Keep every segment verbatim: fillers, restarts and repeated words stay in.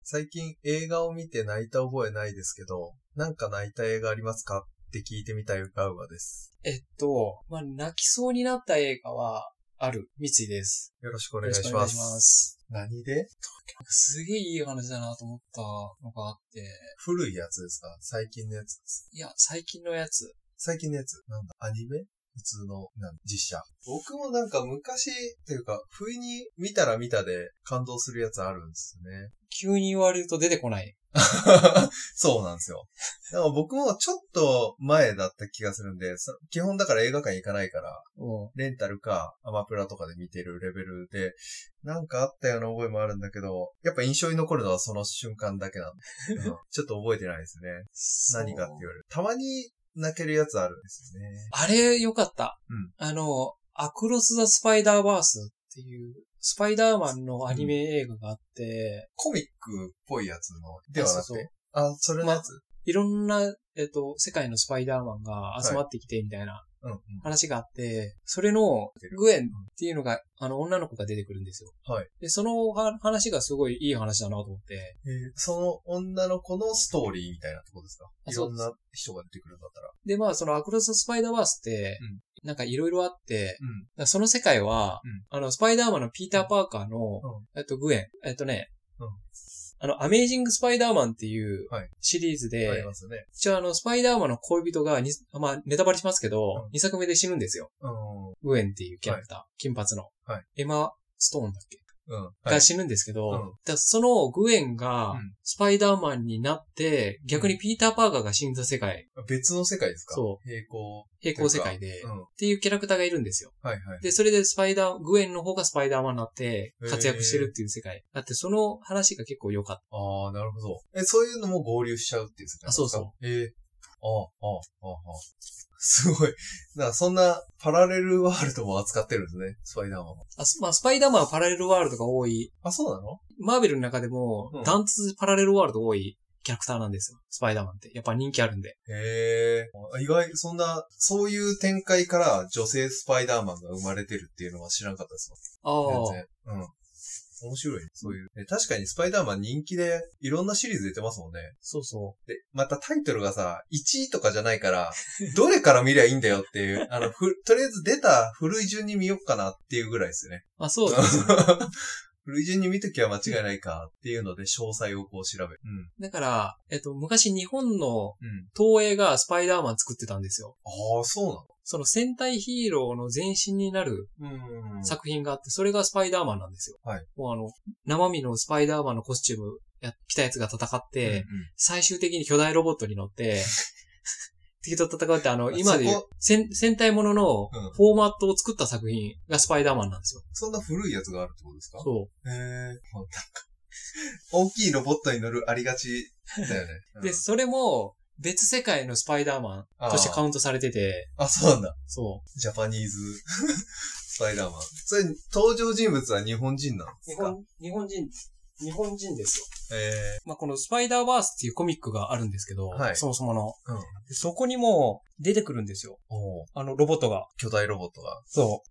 最近映画を見て泣いた覚えないですけど、なんか泣いた映画ありますかって聞いてみたいガウガです。 えっと、まあ、泣きそうになった映画は、ある、三井です。 よろしくお願いします。 よろしくお願いします。 何で？ すげえいい話だなと思ったのがあって。 古いやつですか？最近のやつです。 いや、最近のやつ。 最近のやつなんだ？アニメ？普通のなん実写。僕もなんか昔っていうか、不意に見たら見たで感動するやつあるんですね。 急に言われると出てこない。 そうなんですよ。だから僕もちょっと前だった気がするんで、基本だから映画館行かないから、レンタルかアマプラとかで見てるレベルで、なんかあったような覚えもあるんだけど、やっぱ印象に残るのはその瞬間だけなんで、うん、ちょっと覚えてないですね。何かって言われる。たまに泣けるやつあるんですよね。 あれよかった。 うん。 あの、アクロス・ザ・スパイダーバースっていう、スパイダーマンのアニメ映画があって、うん、 コミックっぽいやつの、ではなくて。あ、それのやつ、ま、 いろんな、えっと、世界のスパイダーマンが集まってきて、みたいな話があって、はい、それの、グエンっていうのが、あの、女の子が出てくるんですよ。 はい。 で、その話がすごいいい話だなと思って。 えー、その女の子のストーリーみたいなとこですか？いろんな人が出てくるんだったら。 で、まあ、そのアクロス・スパイダーバースって、うんなんかいろいろあって、うん、その世界は、うん、あの、スパイダーマンのピーター・パーカーの、うん、えっと、グエン、えっとね、うん、あの、アメイジング・スパイダーマンっていうシリーズで、はい、ありますね。一応あの、スパイダーマンの恋人がに、まあ、ネタバレしますけど、うん、にさくめで死ぬんですよ。うん、グエンっていうキャラクター、はい、金髪の、はい。エマ・ストーンだっけうんはい、が死ぬんですけど、うん、だそのグエンがスパイダーマンになって、うん、逆にピーター・パーカーが死んだ世界。 別の世界ですか？ そう。 平行。 平行世界で、うん、っていうキャラクターがいるんですよ。 はいはい。 で、それでスパイダー、グエンの方がスパイダーマンになって活躍してるっていう世界。だってその話が結構良かった。 ああ、なるほど。え、そういうのも合流しちゃうっていう世界ですか？ あ、そうそう。 ええー。ああ、ああ、ああ。すごい。だからそんなパラレルワールドも扱ってるんですね、スパイダーマンは。 あ、まあ、スパイダーマンはパラレルワールドが多い。 あ、そうなの？ マーベルの中でも、ダントツパラレルワールド多いキャラクターなんですよ。スパイダーマンって。やっぱ人気あるんで。 へー。意外、そんな、そういう展開から女性スパイダーマンが生まれてるっていうのは知らなかったですもん。ああ。 全然。うん。面白い。そういう。確かにスパイダーマン人気でいろんなシリーズ出てますもんね。 そうそう。 で、またタイトルがさ、いちいとかじゃないから、どれから見りゃいいんだよっていう、あの、ふ、とりあえず出た古い順に見よっかなっていうぐらいですよね。 あ、そうですね。 古い順に見ときは間違いないかっていうので詳細をこう調べる。 うん。だから、えっと、昔日本の東映がスパイダーマン作ってたんですよ。 ああ、そうなの？ その戦隊ヒーローの前身になる作品があって、それがスパイダーマンなんですよ。はい。もうあの、生身のスパイダーマンのコスチュームや着たやつが戦って、うんうん、最終的に巨大ロボットに乗って、敵と戦うってあの、今でいう戦、戦隊もののフォーマットを作った作品がスパイダーマンなんですよ。 そんな古いやつがあるってことですか？ そう。 へー。なんか、大きいロボットに乗るありがちだよね。 うん、で、それも、別世界のスパイダーマンとしてカウントされてて。 あ, あ、そうなんだ。 そう。 ジャパニーズスパイダーマン。それ、登場人物は日本人なんですか？ 日本、日本人、日本人ですよ。 えー、 まあ、このスパイダーバースっていうコミックがあるんですけど、はい、そもそもの、 うん。 そこにも出てくるんですよ。 おあの、ロボットが。 巨大ロボットが。 そう。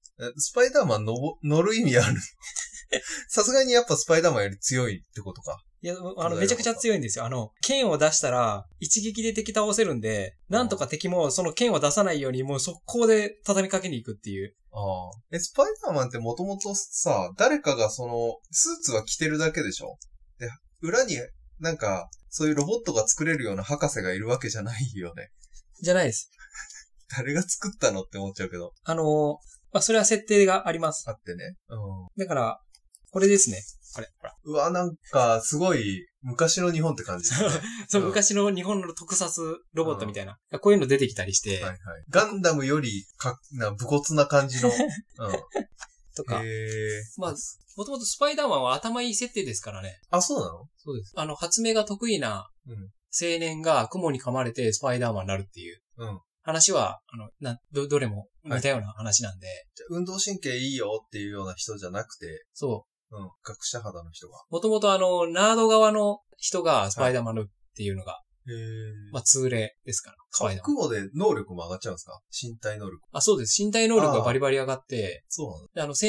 スパイダーマンの乗る意味ある？さすがにやっぱスパイダーマンより強いってことか。 いや、あの、めちゃくちゃ強いんですよ。あの、剣を出したら、一撃で敵倒せるんで、なんとか敵もその剣を出さないように、もう速攻で畳みかけに行くっていう。 ああ。え、スパイダーマンってもともとさ、誰かがその、スーツは着てるだけでしょ？で、裏になんか、そういうロボットが作れるような博士がいるわけじゃないよね。 じゃないです。 誰が作ったのって思っちゃうけど。 あの、まあ、それは設定があります。 あってね。うん。 だから、これですね。これ、ほら。 うわ、なんか、すごい、昔の日本って感じですね。 そう、うん、昔の日本の特撮ロボットみたいな。うん、こういうの出てきたりして。 はいはい。ガンダムより、か、な、武骨な感じの。うん。 とか。 へー。 まあ、もともとスパイダーマンは頭いい設定ですからね。 あ、そうなの？ そうです。あの、発明が得意な青年が雲に噛まれてスパイダーマンになるっていう。うん。話は、あの、な、ど、どれも似たような話なんで。はい、 じゃ運動神経いいよっていうような人じゃなくて。 そう。 うん。学者肌の人が。 もともとあの、ナード側の人がスパイダーマンのっていうのが、 へー。 まあ、通例ですから。スパイダーマン。 雲で能力も上がっちゃうんですか？身体能力。 あ、そうです。身体能力がバリバリ上がって、 そうなの？ で、あの、センス、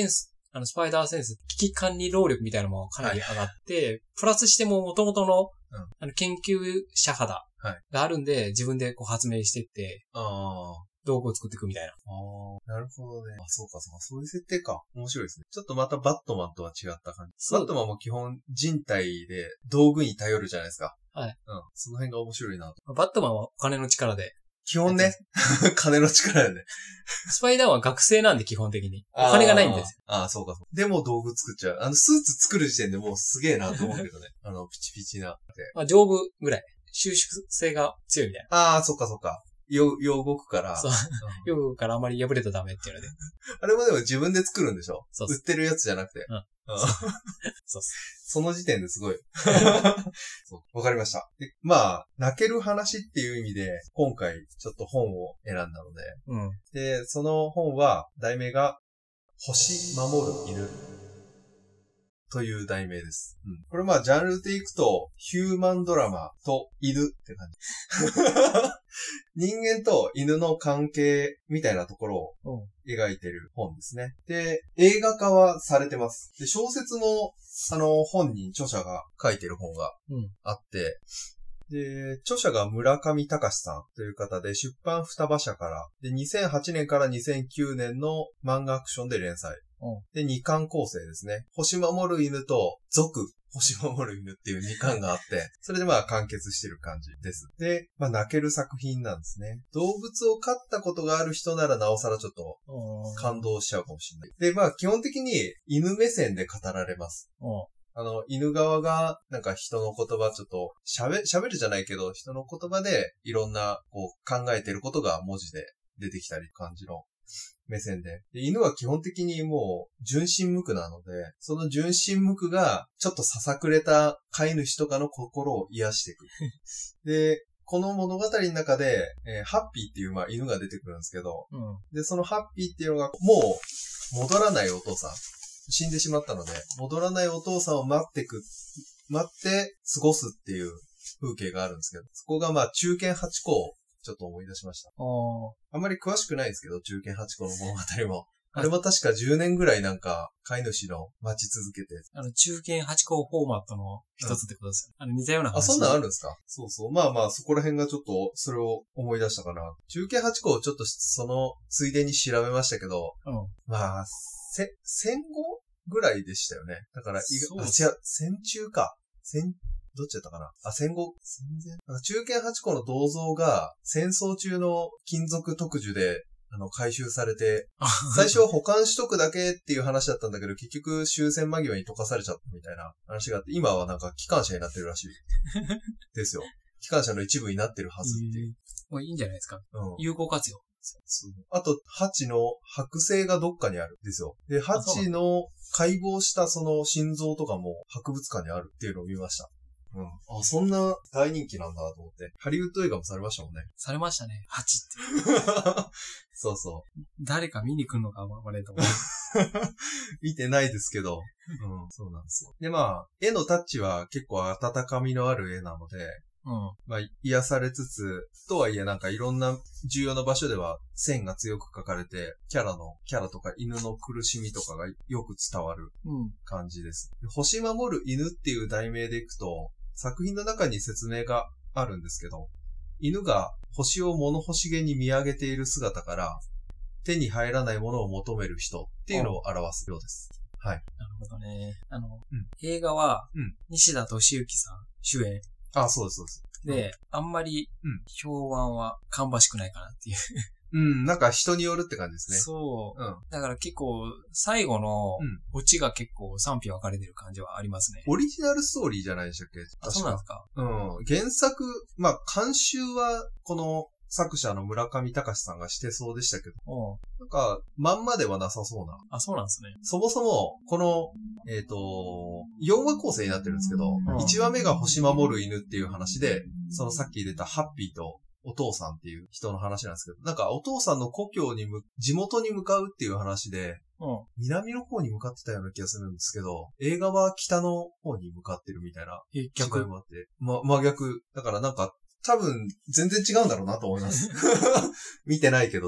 あの、スパイダーセンス、危機管理能力みたいなのもかなり上がって、はい、プラスしても元々の、うん、あの、研究者肌があるんで、はい、自分でこう発明してって、あ道具を作っていくみたいな。 ああ、なるほどね。あ、そうかそうか。そういう設定か。面白いですね。ちょっとまたバットマンとは違った感じ。バットマンも基本人体で道具に頼るじゃないですか。はい。うん。その辺が面白いなと。 バットマンはお金の力で。 基本ね。金の力だよね。 スパイダーマンは学生なんで基本的に。お金がないんですよ。 ああ、そうかそう。でも道具作っちゃう。あの、スーツ作る時点でもうすげえなと思うけどね。あの、ピチピチな。 まあ、丈夫ぐらい。収縮性が強いみたいな。 ああ、そっかそっか。よ、よ動くから。そう。 よ動くからあまり破れたらダメっていうので。 あれもでも自分で作るんでしょ？そう。売ってるやつじゃなくて。うん。そう。その時点ですごい。わかりました。で、まあ、泣ける話っていう意味で、今回ちょっと本を選んだので、うん、で、その本は、題名が、星守る犬という題名です。うん、これまあ、ジャンルでいくと、ヒューマンドラマと犬って感じ。人間と犬の関係みたいなところを描いてる本ですね。で、映画化はされてます。で、小説も、あの、本人、著者が書いてる本があって、うん、で、著者が村上隆さんという方で、出版双葉社から、で、にせんはちねんからにせんきゅうねんの漫画アクションで連載。うん、で、にかん構成ですね。星守る犬と、族。星守る犬っていうにかんがあって、それでまあ完結してる感じです。で、まあ泣ける作品なんですね。動物を飼ったことがある人ならなおさらちょっと感動しちゃうかもしれない。で、まあ基本的に犬目線で語られます。あの、犬側がなんか人の言葉ちょっと喋、喋るじゃないけど、人の言葉でいろんなこう考えてることが文字で出てきたり感じの目線で。で、犬は基本的にもう純真無垢なので、その純真無垢がちょっとささくれた飼い主とかの心を癒していく。で、この物語の中で、えー、ハッピーっていうまあ犬が出てくるんですけど、うん、で、そのハッピーっていうのがもう戻らないお父さん。死んでしまったので、戻らないお父さんを待ってく、待って過ごすっていう風景があるんですけど、そこがまあ中堅八公をちょっと思い出しました。あんまり詳しくないんですけど、中堅八公の物語も。あれも確かじゅうねんぐらいなんか、飼い主の待ち続けて。 あの、中堅八公フォーマットの一つってことですよ、うん。あの、似たような話。 あ、そんなんあるんですか？そうそう。まあまあ、そこら辺がちょっと、それを思い出したかな。中堅八公をちょっとその、ついでに調べましたけど、うん、まあ、せ、戦後ぐらいでしたよね。だから、いあ、違う、戦中か。戦、どっちだったかなあ、戦後戦前なんか中堅八公の銅像が戦争中の金属特需で、あの、回収されて、最初は保管しとくだけっていう話だったんだけど、結局終戦間際に溶かされちゃったみたいな話があって、今はなんか機関車になってるらしい。ですよ。機関車の一部になってるはずっていう。 もういいんじゃないですか。うん。有効活用。 あと、ハチの剥製がどっかにあるんですよ。で、ハチの解剖したその心臓とかも博物館にあるっていうのを見ました。うん。あ、そんな大人気なんだと思って。ハリウッド映画もされましたもんね。 されましたね。ハチって。 そうそう。 誰か見に来るのかわかれと思う。 見てないですけど。うん。そうなんですよ。で、まあ、絵のタッチは結構温かみのある絵なので、うん。まあ、癒されつつ、とはいえなんかいろんな重要な場所では線が強く描かれて、キャラの、キャラとか犬の苦しみとかがよく伝わる感じです。うん、星守る犬っていう題名でいくと、作品の中に説明があるんですけど、犬が星を物欲しげに見上げている姿から、手に入らないものを求める人っていうのを表すようです。はい。 なるほどね。あの、うん、映画は、うん、西田敏行さん主演。 あ、そうです、そうです。 で、うん、あんまり、評判は芳しくないかなっていう。 うん、なんか人によるって感じですね。 そう。うん。だから結構、最後の、オチが結構賛否分かれてる感じはありますね。 オリジナルストーリーじゃないでしたっけ？ あ、そうなんですか。 うん。原作、まあ、監修は、この、作者の村上隆さんがしてそうでしたけど、なんか、まんまではなさそうな。 あ、そうなんですね。 そもそも、この、えっと、よんわ構成になってるんですけど、うん、いちわめが星守る犬っていう話で、そのさっき入れたハッピーとお父さんっていう人の話なんですけど、なんかお父さんの故郷にむ、地元に向かうっていう話で、うん、南の方に向かってたような気がするんですけど、映画は北の方に向かってるみたいな違いもあって、ま、真逆。だからなんか、多分、全然違うんだろうなと思います。見てないけどさ。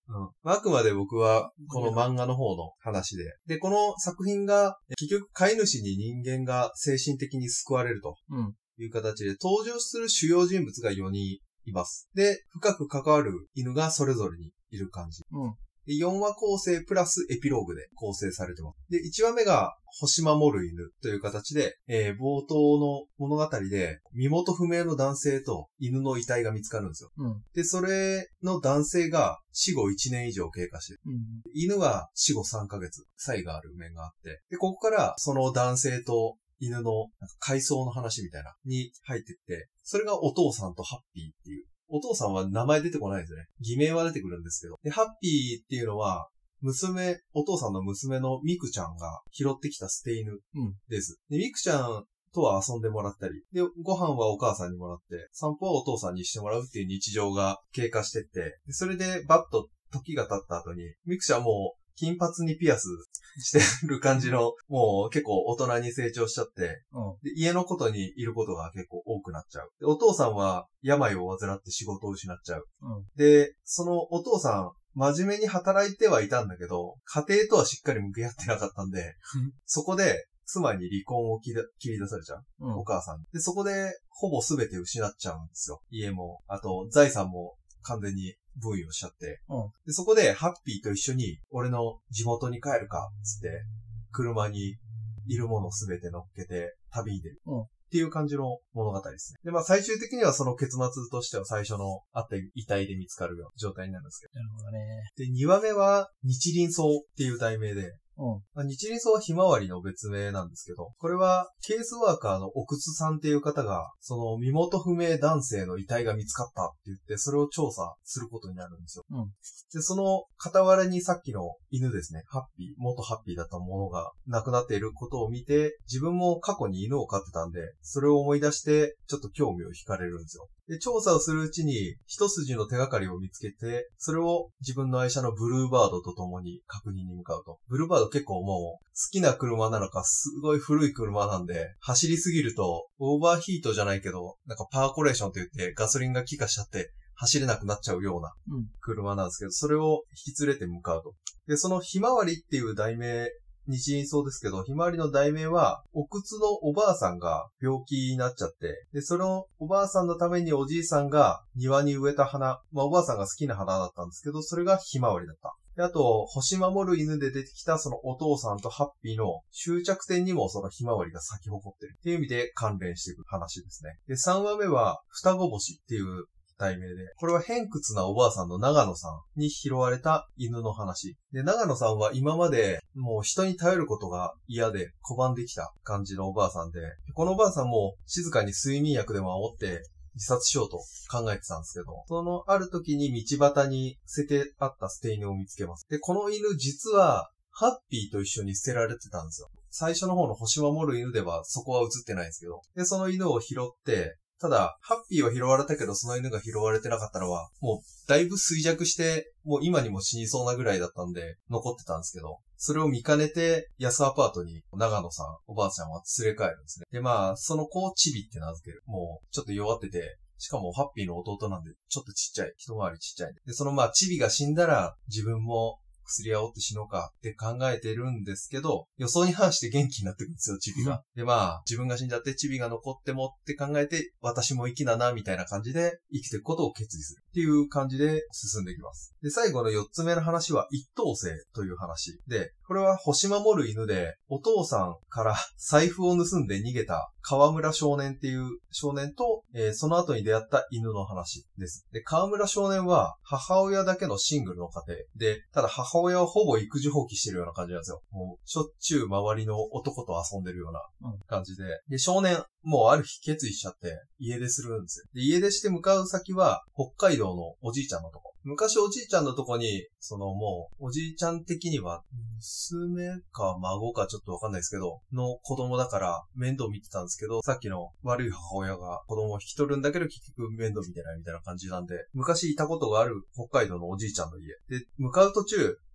うん。あくまで僕は、この漫画の方の話で。で、この作品が、結局飼い主に人間が精神的に救われるという形で、登場する主要人物がよにんいます。で、深く関わる犬がそれぞれにいる感じ。うん。で、よんわ構成プラスエピローグで構成されてます。で、いちわめが星守る犬という形で、えー、冒頭の物語で身元不明の男性と犬の遺体が見つかるんですよ。うん、で、それの男性が死後いちねん以上経過してる。うん、犬は死後さんかげつ、差異がある面があって、で、ここからその男性と犬のなんか回想の話みたいなに入ってって、それがお父さんとハッピーっていう。お父さんは名前出てこないですよね。偽名は出てくるんですけど。で、ハッピーっていうのは、娘、お父さんの娘のミクちゃんが拾ってきた捨て犬です。うん、で、ミクちゃんとは遊んでもらったり、で、ご飯はお母さんにもらって、散歩はお父さんにしてもらうっていう日常が経過してって、でそれでバッと時が経った後に、ミクちゃんもう金髪にピアスしてる感じの、もう結構大人に成長しちゃって、うん、で家のことにいることが結構多くなっちゃう。でお父さんは病を患って仕事を失っちゃう。うん、で、そのお父さん、真面目に働いてはいたんだけど、家庭とはしっかり向き合ってなかったんで、そこで妻に離婚を切り出されちゃう。うん、お母さん。で、そこでほぼ全て失っちゃうんですよ。家も、あと財産も完全に分与しちゃって、うん、で、そこでハッピーと一緒に俺の地元に帰るか、つって、車にいるものすべて乗っけて旅に出る。うん、っていう感じの物語ですね。で、まあ最終的にはその結末としては最初のあった遺体で見つかるような状態になるんですけど。 なるほどね。 で、にわめは日輪草っていう題名で、うんまあ、日輪草はひまわりの別名なんですけど、これはケースワーカーの奥津さんっていう方が、その身元不明男性の遺体が見つかったって言って、それを調査することになるんですよ。うん、で、その傍らにさっきの犬ですね、ハッピー、元ハッピーだったものが亡くなっていることを見て、自分も過去に犬を飼ってたんで、それを思い出して、ちょっと興味を惹かれるんですよ。で、調査をするうちに、一筋の手がかりを見つけて、それを自分の愛車のブルーバードと共に確認に向かうと。ブルーバード結構もう、好きな車なのか、すごい古い車なんで、走りすぎると、オーバーヒートじゃないけど、なんかパーコレーションと言ってガソリンが気化しちゃって、走れなくなっちゃうような車なんですけど、それを引き連れて向かうと。で、そのひまわりっていう題名、日輪草ですけど、ひまわりの題名は、奥津のおばあさんが病気になっちゃって、で、そのおばあさんのためにおじいさんが庭に植えた花、まあおばあさんが好きな花だったんですけど、それがひまわりだった。で、あと、星守る犬で出てきたそのお父さんとハッピーの終着点にもそのひまわりが咲き誇ってるっていう意味で関連していく話ですね。で、さんわめは、双子星っていう題名で、これは偏屈なおばあさんの長野さんに拾われた犬の話。で、長野さんは今までもう人に頼ることが嫌で拒んできた感じのおばあさんで、このおばあさんも静かに睡眠薬でも煽って自殺しようと考えてたんですけど、そのある時に道端に捨ててあった捨て犬を見つけます。で、この犬実はハッピーと一緒に捨てられてたんですよ。最初の方の星守る犬ではそこは映ってないんですけど、で、その犬を拾って、ただ、ハッピーは拾われたけど、その犬が拾われてなかったのは、もう、だいぶ衰弱して、もう今にも死にそうなぐらいだったんで、残ってたんですけど、それを見かねて、安アパートに長野さん、おばあちゃんは連れ帰るんですね。で、まあ、その子をチビって名付ける。もう、ちょっと弱ってて、しかもハッピーの弟なんで、ちょっとちっちゃい。一回りちっちゃいんで。で、そのまあ、チビが死んだら、自分も、薬やおって死のうかって考えてるんですけど、予想に反して元気になってくるんですよ、チビが。うん、で、まあ、自分が死んじゃってチビが残ってもって考えて、私も生きなな、みたいな感じで生きていくことを決意するっていう感じで進んでいきます。で、最後のよっつめの話は一等星という話で、これは星守る犬で、お父さんから財布を盗んで逃げた川村少年っていう少年と、えー、その後に出会った犬の話です。で、川村少年は母親だけのシングルの家庭で、ただ母親はほぼ育児放棄してるような感じなんですよ。もうしょっちゅう周りの男と遊んでるような感じで。で、少年、もうある日決意しちゃって家出するんですよ。で、家出して向かう先は北海道のおじいちゃんのとこ。昔おじいちゃんのとこに、そのもう、おじいちゃん的には、娘か孫かちょっとわかんないですけど、の子供だから面倒見てたんですけど、さっきの悪い母親が子供を引き取るんだけど結局面倒見てないみたいな感じなんで、昔いたことがある北海道のおじいちゃんの家。で、向かう途中、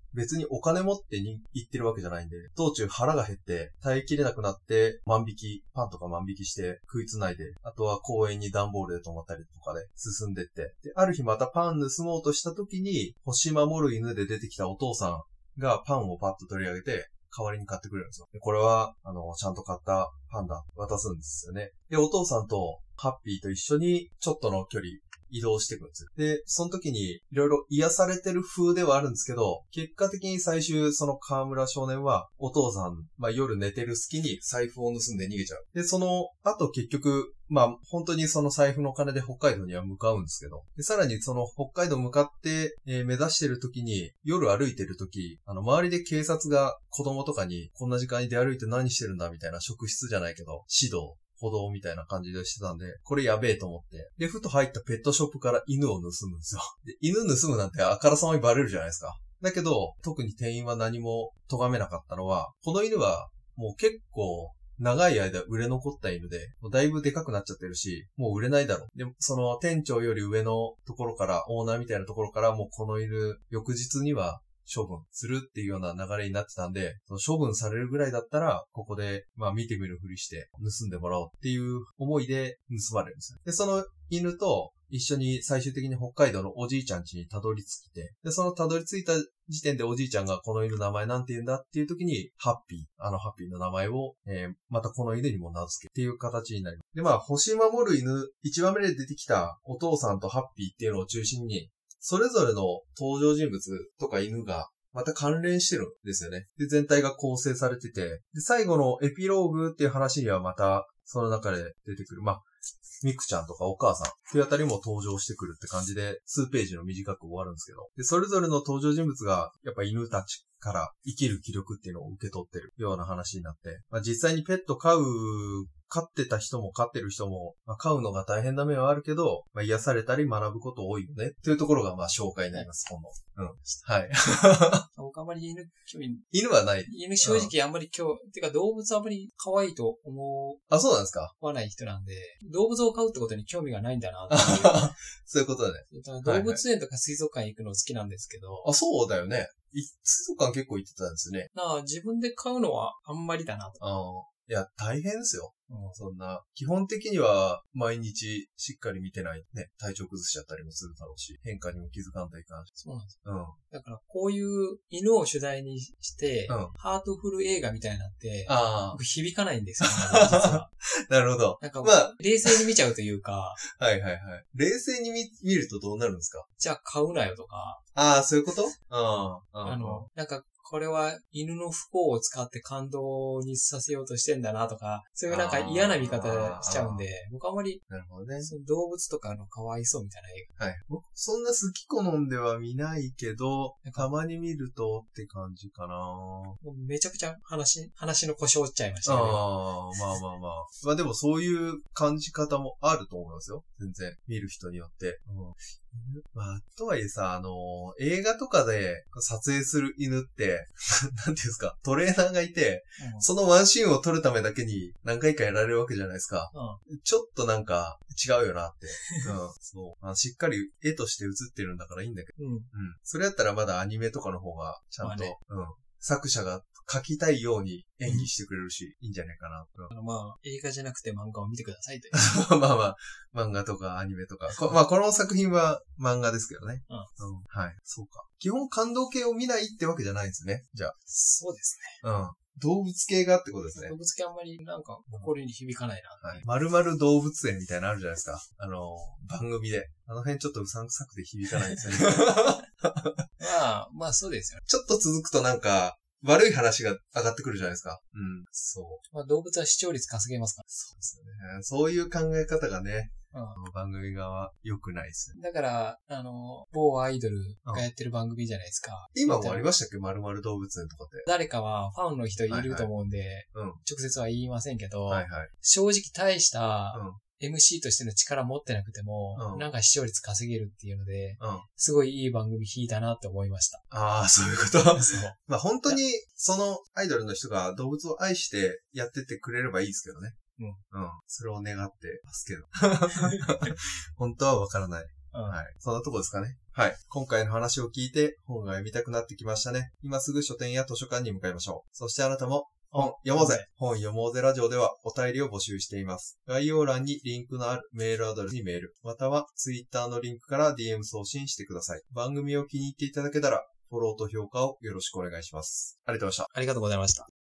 別にお金持ってに行ってるわけじゃないんで、道中腹が減って耐えきれなくなって万引き、パンとか万引きして食いつないで、あとは公園に段ボールで泊まったりとかで進んでって、で、ある日またパン盗もうとした時に、星守る犬で出てきたお父さんがパンをパッと取り上げて、代わりに買ってくれるんですよ。で、これは、あの、ちゃんと買ったパンだ、渡すんですよね。で、お父さんとハッピーと一緒にちょっとの距離、移動していくんですよ。で、その時にいろいろ癒されてる風ではあるんですけど、結果的に最終その河村少年はお父さん、まあ夜寝てる隙に財布を盗んで逃げちゃう。で、その後結局、まあ本当にその財布の金で北海道には向かうんですけど、で、さらにその北海道向かって、えー、目指してる時に夜歩いてる時、あの周りで警察が子供とかにこんな時間に出歩いて何してるんだみたいな職質じゃないけど、指導。歩道みたいな感じでしてたんで、これやべえと思って。で、ふと入ったペットショップから犬を盗むんですよ。で、犬盗むなんてあからさまにバレるじゃないですか。だけど、特に店員は何も咎めなかったのは、この犬はもう結構長い間売れ残った犬で、もうだいぶでかくなっちゃってるし、もう売れないだろう。で、その店長より上のところから、オーナーみたいなところから、もうこの犬、翌日には、処分するっていうような流れになってたんで、その処分されるぐらいだったら、ここで、まあ見てみるふりして盗んでもらおうっていう思いで盗まれるんですよ。で、その犬と一緒に最終的に北海道のおじいちゃん家にたどり着いて、で、そのたどり着いた時点でおじいちゃんがこの犬の名前なんて言うんだっていう時に、ハッピー、あのハッピーの名前を、えー、またこの犬にも名付けっていう形になります。で、まあ、星守る犬、一番目で出てきたお父さんとハッピーっていうのを中心に、それぞれの登場人物とか犬がまた関連してるんですよね。で、全体が構成されてて、で、最後のエピローグっていう話にはまたその中で出てくる、まあ、ミクちゃんとかお母さんっていうあたりも登場してくるって感じで、数ページの短く終わるんですけど、で、それぞれの登場人物がやっぱ犬たちから生きる気力っていうのを受け取ってるような話になって、まあ、実際にペット飼う飼ってた人も飼ってる人も、まあ、飼うのが大変な面はあるけど、まあ、癒されたり学ぶこと多いよねっていうところがまあ紹介になります、今度。うん。はい。 僕あんまり犬興味、 犬はない。 犬正直あんまり興味、うん、てか動物あんまり可愛いと思う。 あ、そうなんですか？ 思わない人なんで、動物を飼うってことに興味がないんだなっていう。 そういうことだね。 動物園とか水族館行くの好きなんですけど。はいはい、 あ、そうだよね。水族館結構行ってたんですね。 なあ、自分で飼うのはあんまりだなと。 ああ。いや、大変ですよ。うん、そんな。基本的には、毎日しっかり見てないね、体調崩しちゃったりもするだろうし、変化にも気づかんといかんし。 そうなんです。 うん。 だから、こういう犬を取材にして、うん、ハートフル映画みたいになって、あ僕響かないんですよね、実は。 なるほど。 なんか、まあ、冷静に見ちゃうというか。 はいはいはい。冷静に 見, 見るとどうなるんですか？ じゃあ買うなよとか。 ああ、そういうこと？ああ。あの、なんか、これは犬の不幸を使って感動にさせようとしてんだなとか、そういうなんか嫌な見方しちゃうんで、僕あんまり、 なるほどね。 動物とかのかわいそうみたいな映画。はい。僕、そんな好き好んでは見ないけど、たまに見るとって感じかな。 もうめちゃくちゃ話、話の腰折っちゃいましたね。 ああ、まあまあまあ。まあでもそういう感じ方もあると思いますよ。全然。見る人によって。うんまあ、とはいえさ、あのー、映画とかで撮影する犬って、なんていうんですか、トレーナーがいて、うん、そのワンシーンを撮るためだけに何回かやられるわけじゃないですか。うん、ちょっとなんか違うよなって。うん、そう。あしっかり絵として映ってるんだからいいんだけど。うん。うん。それやったらまだアニメとかの方がちゃんと、まあね、うん。作者が描きたいように演技してくれるし、いいんじゃないかな。 うん、あのまあ、映画じゃなくて漫画を見てくださいという。まあまあ、漫画とかアニメとか。まあ、この作品は漫画ですけどね。うん。うん、はい。そうか。基本感動系を見ないってわけじゃないんですね。じゃあ。 そうですね。 うん。動物系がってことですね。 動物系あんまりなんか心に響かないな。 はい。丸々動物園みたいなのあるじゃないですか。あの、番組で。あの辺ちょっとうさんくさくて響かないですよね。 まあ、まあそうですよね。 ちょっと続くとなんか、悪い話が上がってくるじゃないですか。うん。そう。 まあ動物は視聴率稼げますから。 そうですね。そういう考え方がね、うん、番組側良くないですね。 だから、あの、某アイドルがやってる番組じゃないですか。 うん、今もありましたっけ？まるまる動物園とかって。 誰かはファンの人いると思うんで、はいはいうん、直接は言いませんけど、 はいはい、 正直大した、うんエムシー としての力持ってなくても、うん、なんか視聴率稼げるっていうので、うん、すごいいい番組引いたなって思いました。 ああ、そういうことそう。まあ本当にそのアイドルの人が動物を愛してやってってくれればいいですけどね。うん。うん。それを願ってますけど。本当はわからない。 うん。はい。そんなとこですかね。はい。今回の話を聞いて本が読みたくなってきましたね。今すぐ書店や図書館に向かいましょう。そしてあなたも本読もうぜ。本読もうぜラジオではお便りを募集しています。概要欄にリンクのあるメールアドレスにメール、またはツイッターのリンクから ディーエム 送信してください。番組を気に入っていただけたらフォローと評価をよろしくお願いします。ありがとうございました。 ありがとうございました。